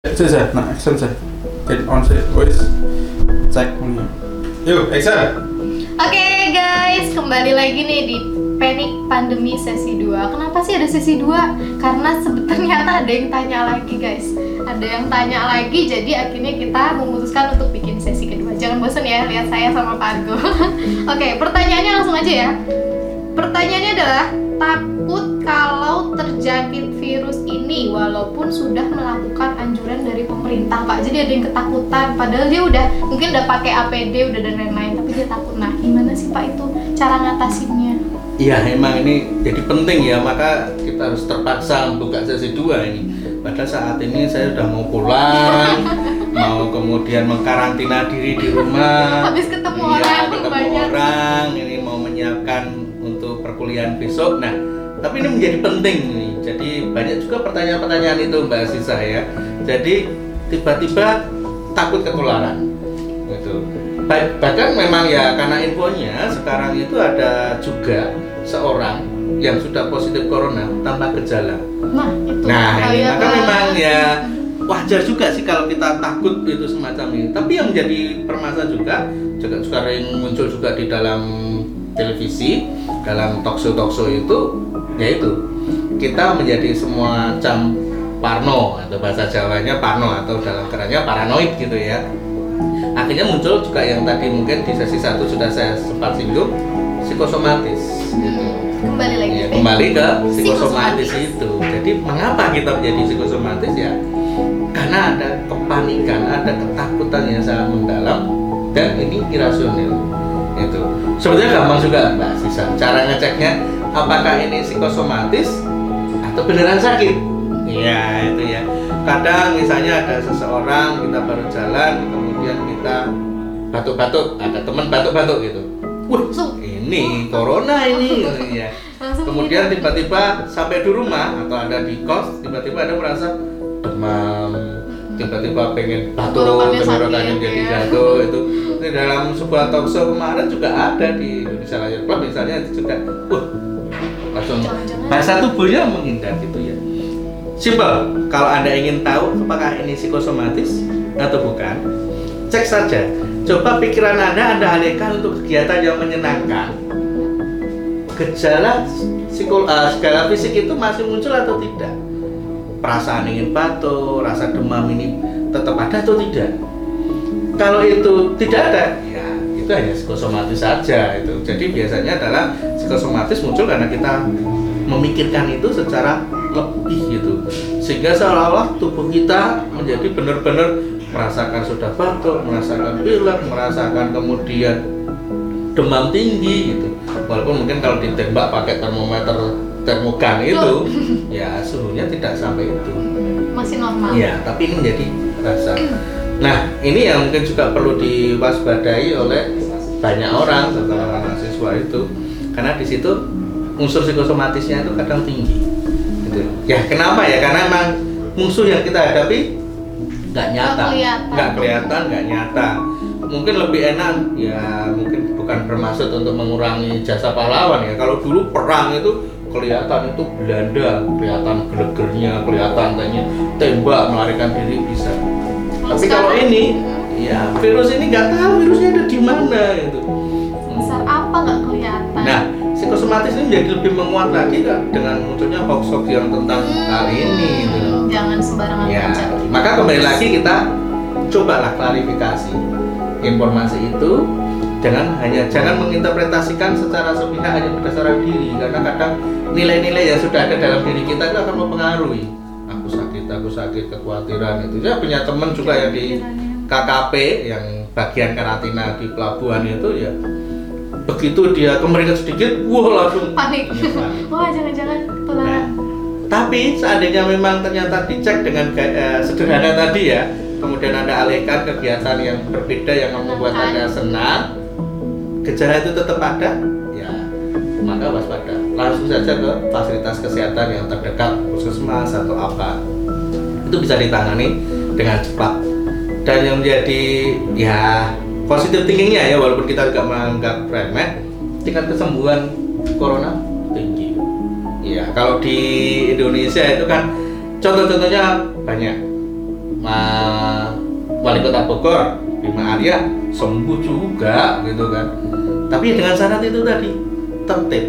Saya, nah action saya. Get on saya, voice. Cek ini. Yuk, action. Oke guys, kembali lagi nih di Panic Pandemi sesi 2. Kenapa sih ada sesi 2? Karena ternyata ada yang tanya lagi guys. Ada yang tanya lagi, jadi akhirnya kita memutuskan untuk bikin sesi kedua. Jangan bosan ya lihat saya sama Pak Argo. Oke, pertanyaannya langsung aja ya. Pertanyaannya adalah, takut kalau terjangkit virus ini walaupun sudah melakukan anjuran dari pemerintah Pak. Jadi ada yang ketakutan, padahal dia mungkin udah pakai APD udah dan lain-lain, tapi dia takut. Nah, gimana sih Pak itu cara ngatasinnya? Iya, emang ini jadi penting ya, maka kita harus terpaksa buka sesi 2 ini. Padahal saat ini saya sudah mau pulang, mau kemudian mengkarantina diri di rumah. Habis ketemu orang, ini mau menyiapkan untuk perkuliahan besok. Nah, tapi ini menjadi penting nih. Jadi banyak juga pertanyaan-pertanyaan itu Mbak Sisa ya. Jadi tiba-tiba takut ketularan gitu. Bahkan memang ya karena infonya sekarang itu ada juga seorang yang sudah positif corona tanpa gejala. Nah ini maka memang ya wajar juga sih kalau kita takut itu semacam ini. Tapi yang menjadi permasalahan juga sering muncul juga di dalam televisi, dalam talkshow itu, yaitu kita menjadi semacam parno atau bahasa Jawanya parno atau dalam kerennya paranoid gitu ya. Akhirnya muncul juga yang tadi mungkin di sesi 1 sudah saya sempat singgung, psikosomatis gitu. Kembali lagi ya, kembali ke psikosomatis itu. Jadi mengapa kita menjadi psikosomatis ya? Karena ada kepanikan, ada ketakutan yang sangat mendalam dan ini irasional. Itu sebetulnya gampang juga Mbak Sisa. Cara ngeceknya apakah ini psikosomatis atau beneran sakit? Iya itu ya. Kadang misalnya ada seseorang kita baru jalan, kemudian kita batuk-batuk, ada teman batuk-batuk gitu. Wah, ini corona ini ya. Kemudian tiba-tiba sampai di rumah atau ada di kos, tiba-tiba ada merasa demam, tiba-tiba pengen batuk, tenggorokannya jadi jatuh itu. Ini dalam sebuah talkshow kemarin juga ada di Indonesia Layar Club misalnya juga, langsung bahasa tubuhnya menghindar gitu ya. Simpel, kalau Anda ingin tahu apakah ini psikosomatis atau bukan, cek saja. Coba pikiran Anda alihkan untuk kegiatan yang menyenangkan. Gejala fisik itu masih muncul atau tidak? Perasaan ingin batuk, rasa demam ini tetap ada atau tidak? Kalau itu tidak ada, ya itu hanya psikosomatis saja itu. Jadi biasanya adalah psikosomatis muncul karena kita memikirkan itu secara lebih gitu, sehingga seolah-olah tubuh kita menjadi benar-benar merasakan sudah batuk, merasakan pilek, merasakan kemudian demam tinggi gitu. Walaupun mungkin kalau ditembak pakai termometer termogan itu ya suhunya tidak sampai itu, masih normal ya, tapi ini menjadi rasa. Nah ini yang mungkin juga perlu diwaspadai oleh banyak orang, terutama mahasiswa itu, karena di situ unsur psikosomatisnya itu kadang tinggi gitu. Ya kenapa ya? Karena emang musuh yang kita hadapi nggak nyata, nggak kelihatan, nggak nyata. Mungkin lebih enak ya, mungkin bukan bermaksud untuk mengurangi jasa pahlawan ya. Kalau dulu perang itu kelihatan itu Belanda, kelihatan gelegernya, kelihatan tembak, melarikan diri bisa. Tapi kalau ini ya virus ini nggak tahu virusnya ada di mana itu. Besar apa nggak kelihatan. Nah psikosomatis ini menjadi lebih menguat lagi kan dengan munculnya hoax-hoax yang tentang hal ini gitu. Jangan sembarangan ya, percaya. maka kembali lagi kita cobalah klarifikasi informasi itu, jangan menginterpretasikan secara sepihak hanya berdasarkan diri, karena kadang nilai-nilai yang sudah ada dalam diri kita itu akan mempengaruhi. Aku sakit, kekhawatiran itu. Saya punya teman juga yang di KKP yang bagian karantina di pelabuhan itu ya, begitu dia kemeringat sedikit, wah langsung panik. Wah jangan-jangan ketularan. Nah, tapi seandainya memang ternyata dicek dengan sederhana tadi ya, kemudian Anda alihkan kegiatan yang berbeda yang membuat Anda senang, gejala itu tetap ada, ya maka waspada. Langsung saja ke fasilitas kesehatan yang terdekat, puskesmas atau apa, itu bisa ditangani dengan cepat. Dan yang menjadi ya positive thinkingnya ya, walaupun kita juga menganggap remeh, tingkat kesembuhan corona tinggi. Ya kalau di Indonesia itu kan contoh-contohnya banyak. Wali Kota Bogor, Bima Arya sembuh juga gitu kan. Tapi dengan syarat itu tadi, tertib,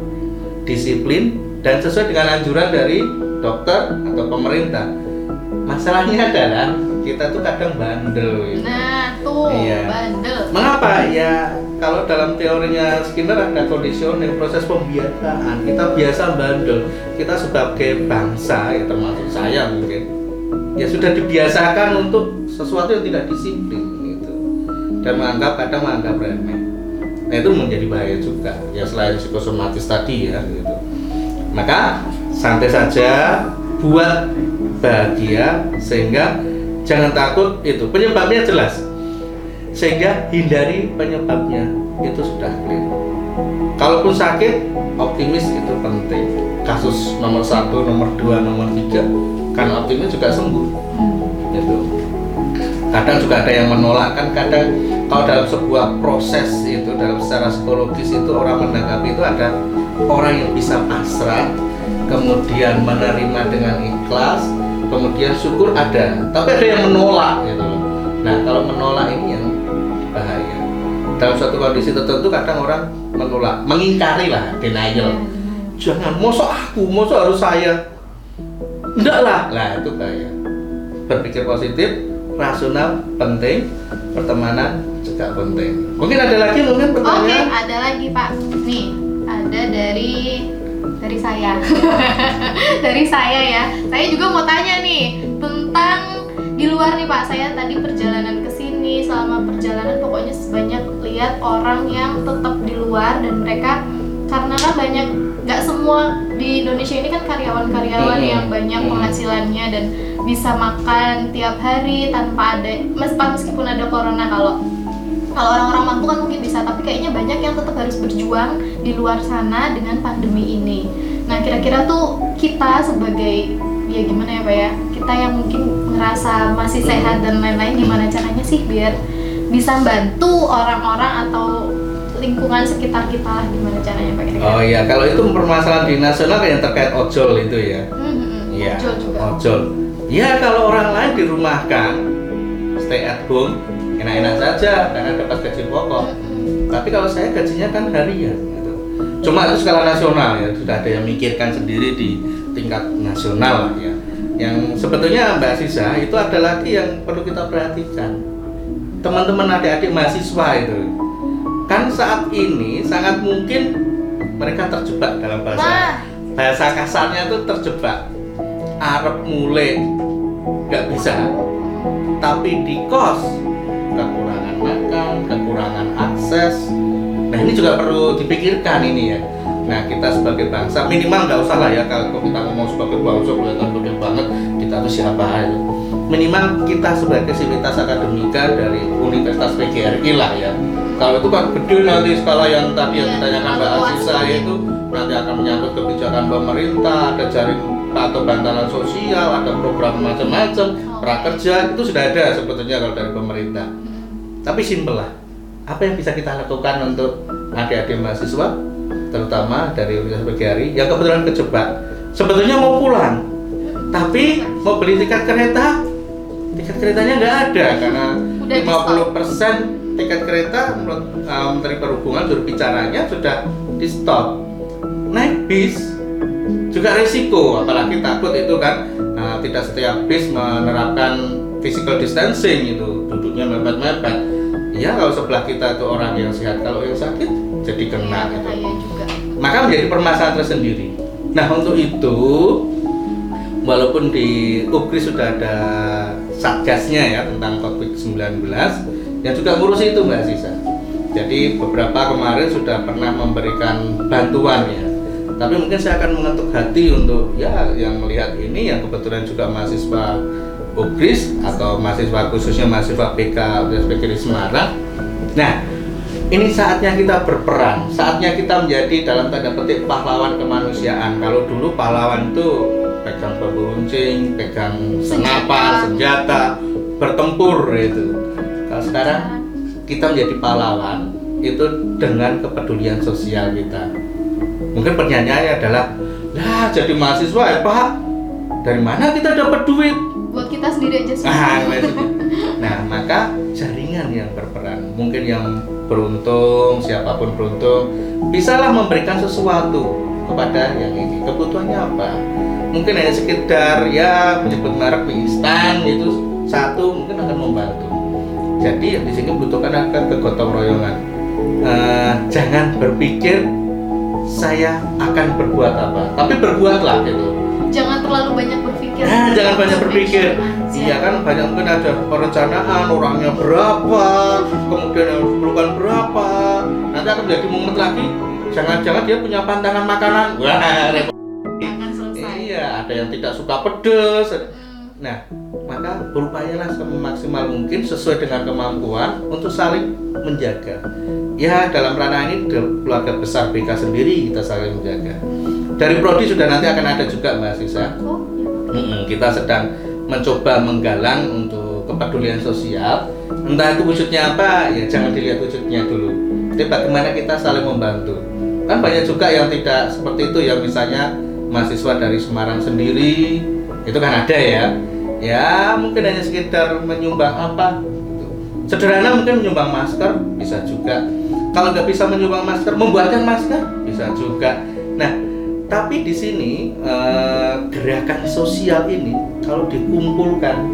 disiplin, dan sesuai dengan anjuran dari dokter atau pemerintah. Masalahnya adalah kita tuh kadang bandel gitu. Nah tuh, Iya. bandel. Mengapa? Ya kalau dalam teorinya Skinner ada conditioning, proses pembiasaan. Kita biasa bandel. Kita sebagai bangsa, ya termasuk saya mungkin, ya sudah dibiasakan untuk sesuatu yang tidak disiplin gitu. Dan kadang menganggap remeh. Nah itu menjadi bahaya juga. Ya selain psikosomatis tadi ya gitu. Maka santai saja, buat bahagia, sehingga jangan takut itu. Penyebabnya jelas. Sehingga hindari penyebabnya, itu sudah clear. Kalaupun sakit, optimis itu penting. Kasus nomor 1, nomor 2, nomor 3, karena optimis juga sembuh. Gitu. Kadang juga ada yang menolak, kan kadang kalau dalam sebuah proses itu, dalam secara psikologis itu orang menanggapi itu ada orang yang bisa pasrah, kemudian menerima dengan ikhlas, kemudian syukur ada, tapi ada yang menolak gitu loh. Nah kalau menolak ini yang bahaya. Dalam suatu kondisi tertentu kadang orang menolak, mengingkari lah, denial. Jangan, mosok aku, mosok harus saya. Enggak lah, nah itu bahaya. Berpikir positif, rasional penting, pertemanan juga penting. Mungkin ada lagi mungkin Oke, pertanyaan? ada lagi Pak. Nih, ada dari saya. Dari saya ya. Saya juga mau tanya nih tentang di luar nih Pak. Saya tadi perjalanan ke sini, selama perjalanan pokoknya banyak lihat orang yang tetap di luar, dan mereka karena kan banyak, nggak semua di Indonesia ini kan karyawan-karyawan yang banyak penghasilannya dan bisa makan tiap hari tanpa ada, meskipun ada corona. Kalau orang-orang mampu kan mungkin bisa, tapi kayaknya banyak yang tetap harus berjuang di luar sana dengan pandemi ini. Nah kira-kira tuh kita sebagai, ya gimana ya Pak ya, kita yang mungkin ngerasa masih sehat dan lain-lain, gimana caranya sih biar bisa bantu orang-orang atau lingkungan sekitar kita lah, gimana caranya Pak kira-kira? Oh iya, kalau itu permasalahan di nasional yang terkait ojol itu ya. Iya, Ojol juga. ojol. Ya kalau orang lain dirumahkan, stay at home, enak-enak saja karena dapat gaji pokok. Tapi kalau saya gajinya kan harian gitu. Cuma itu skala nasional ya, sudah ada yang mikirkan sendiri di tingkat nasional lah ya. Yang sebetulnya Mbak Sisa itu ada lagi yang perlu kita perhatikan. Teman-teman adik-adik mahasiswa itu kan saat ini sangat mungkin mereka terjebak dalam bahasa kasarnya itu terjebak. Arep mulai nggak bisa, tapi di kos kekurangan makan, kekurangan akses. Nah ini juga perlu dipikirkan ini ya. Nah kita sebagai bangsa minimal nggak usah lah ya, kalau kita ngomong sebagai bangsa kelihatan gede banget, kita tuh siapa itu. Minimal kita sebagai sivitas akademika dari Universitas PGRI lah ya. Kalau itu kan gede nanti skala yang tadi yang ditanyakan Mbak Asisa itu nanti akan menyangkut kebijakan pemerintah, ada jaring atau bantalan sosial, ada program macam-macam, prakerja, itu sudah ada sebetulnya kalau dari pemerintah. Tapi simpel lah, apa yang bisa kita lakukan untuk adik-adik mahasiswa, terutama dari Universitas PGRI yang kebetulan kejebak, sebetulnya mau pulang, tapi mau beli tiket keretanya nggak ada karena 50% tiket kereta menurut Menteri Perhubungan juru bicaranya sudah di stop. Naik bis juga resiko, apalagi takut itu kan tidak setiap bis menerapkan physical distancing, itu duduknya mepet-mepet. Ya kalau sebelah kita itu orang yang sehat, kalau yang sakit jadi kena gitu. Maka menjadi permasalahan tersendiri. Nah untuk itu walaupun di UKRI sudah ada satgasnya ya tentang COVID-19 yang juga ngurus itu Mbak Sisa. Jadi beberapa kemarin sudah pernah memberikan bantuan ya. Tapi mungkin saya akan mengetuk hati untuk ya yang melihat ini yang kebetulan juga mahasiswa UKRIS atau mahasiswa khususnya mahasiswa PK PGRI Semarang. Nah, ini saatnya kita berperan, saatnya kita menjadi dalam tanda petik pahlawan kemanusiaan. Kalau dulu pahlawan itu pegang bambu runcing, pegang senjata, bertempur itu. Kalau sekarang kita menjadi pahlawan itu dengan kepedulian sosial kita. Mungkin pertanyaannya adalah, lah jadi mahasiswa ya Pak, dari mana kita dapat duit? buat kita sendiri aja sih. Nah, maka jaringan yang berperan, mungkin yang beruntung, siapapun beruntung, bisalah memberikan sesuatu kepada yang ini. Kebutuhannya apa? Mungkin hanya sekedar ya menyebut merek mie instan itu satu mungkin akan membantu. Jadi yang di sini butuhkan akan kegotong royongan. Jangan berpikir saya akan berbuat apa, tapi berbuatlah gitu. Jangan terlalu banyak berpikir. Jangan banyak berpikir. Iya kan banyak mungkin ada perencanaan orangnya berapa, kemudian harus perlukan berapa. Nanti akan menjadi momen lagi. Jangan-jangan dia punya pantangan makanan. Wah, repot. Akan selesai. Iya, ada yang tidak suka pedas. Nah, maka berupayalah semaksimal mungkin sesuai dengan kemampuan untuk saling menjaga. Ya, dalam ranah ini keluarga besar BK sendiri kita saling menjaga. Dari prodi sudah nanti akan ada juga Mbak Sisa. Kita sedang mencoba menggalang untuk kepedulian sosial. Entah itu wujudnya apa, ya jangan dilihat wujudnya dulu. Jadi bagaimana kita saling membantu. Kan banyak juga yang tidak seperti itu, yang misalnya mahasiswa dari Semarang sendiri, itu kan ada ya. Ya mungkin hanya sekedar menyumbang apa gitu. Sederhana mungkin menyumbang masker, bisa juga. Kalau nggak bisa menyumbang masker, membuatkan masker, bisa juga. Nah, tapi di sini gerakan sosial ini kalau dikumpulkan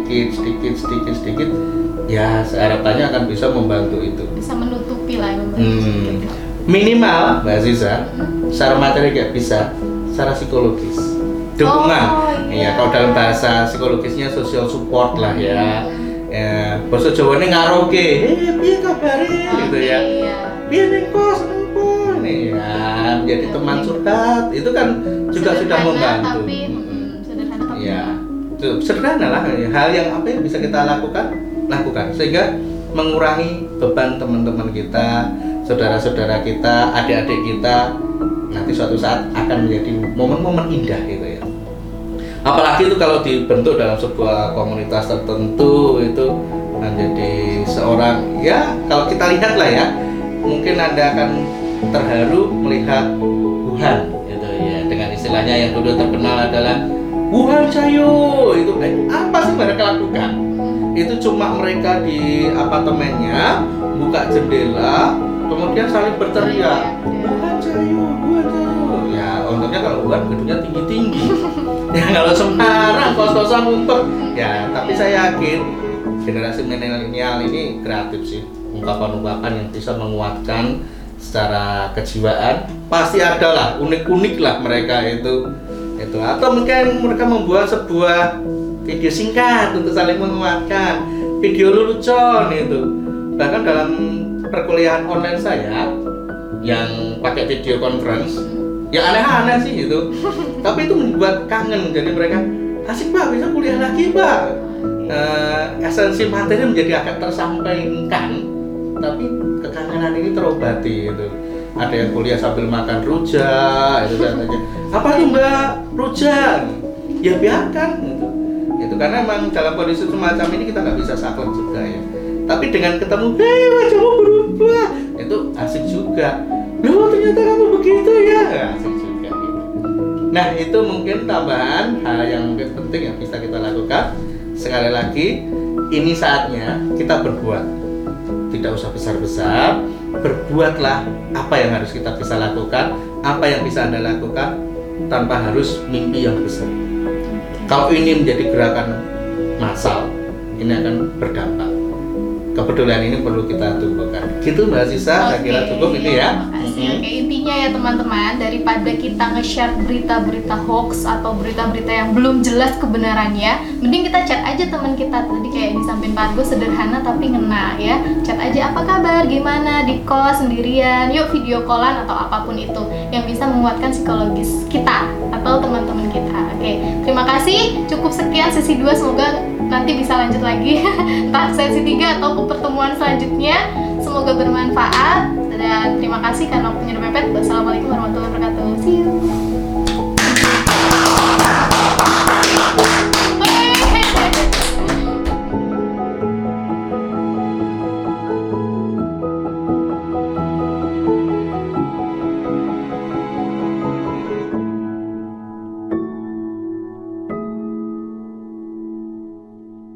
sedikit, ya harapannya akan bisa membantu itu. Bisa menutupi lah, membantu. Minimal, Mbak Aziza, secara materi nggak bisa, secara psikologis. Dukungan, ya kalau dalam bahasa psikologisnya social support lah ya. Bahasa Jawanya ngaroke, piye kabare gitu ya. Piye ning kos nih ya, menjadi teman curhat itu kan juga sudah membantu. Tapi sederhana tapi ya, sederhana lah hal yang apa yang bisa kita lakukan sehingga mengurangi beban teman-teman kita, saudara-saudara kita, adik-adik kita nanti suatu saat akan menjadi momen-momen indah gitu ya. Apalagi itu kalau dibentuk dalam sebuah komunitas tertentu itu menjadi seorang ya kalau kita lihat lah ya mungkin Anda akan terharu melihat Wuhan gitu ya dengan istilahnya yang dulu terkenal adalah Wuhan Cayo itu apa sih mereka lakukan? Itu cuma mereka di apartemennya buka jendela kemudian saling berteriak Wuhan Cayo ya untungnya kalau Wuhan gedungnya tinggi-tinggi ya kalau Semarang kos-kosan ngumpet ya tapi saya yakin generasi milenial ini kreatif sih ungkapan-ungkapan yang bisa menguatkan secara kejiwaan pasti ada lah unik-unik lah mereka itu atau mungkin mereka membuat sebuah video singkat untuk saling menguatkan video lelucon itu bahkan dalam perkuliahan online saya yang pakai video conference ya aneh-aneh sih gitu tapi itu membuat kangen jadi mereka asik Pak bisa kuliah lagi Pak esensi materi menjadi akan tersampaikan tapi kekangenan ini terobati gitu ada yang kuliah sambil makan rujak itu katanya apa tuh Mbak rujak ya biarkan gitu itu karena memang dalam kondisi semacam ini kita nggak bisa saklek juga ya tapi dengan ketemu wajahmu berubah itu asik juga loh ternyata kamu begitu ya asik juga gitu. Nah itu mungkin tambahan hal yang mungkin penting yang bisa kita lakukan sekali lagi ini saatnya kita berbuat tidak usah besar-besar berbuatlah apa yang harus kita bisa lakukan apa yang bisa Anda lakukan tanpa harus mimpi yang besar kalau ini menjadi gerakan massal ini akan berdampak kepedulian ini perlu kita tumbuhkan gitu Mbak Sisa saya kira cukup ini ya makasih. Oke, intinya ya teman-teman daripada kita nge-share berita-berita hoax atau berita-berita yang belum jelas kebenarannya mending kita chat aja teman kita tadi kayak disampaikan Pak Argo sederhana tapi ngena ya chat aja apa kabar gimana di kos sendirian yuk video callan atau apapun itu yang bisa menguatkan psikologis kita atau teman-teman kita. Oke, terima kasih cukup sekian sesi 2 semoga nanti bisa lanjut lagi entah sesi 3 atau ke pertemuan selanjutnya semoga bermanfaat dan terima kasih karena waktunya udah mepet. Wassalamualaikum warahmatullahi wabarakatuh. See you.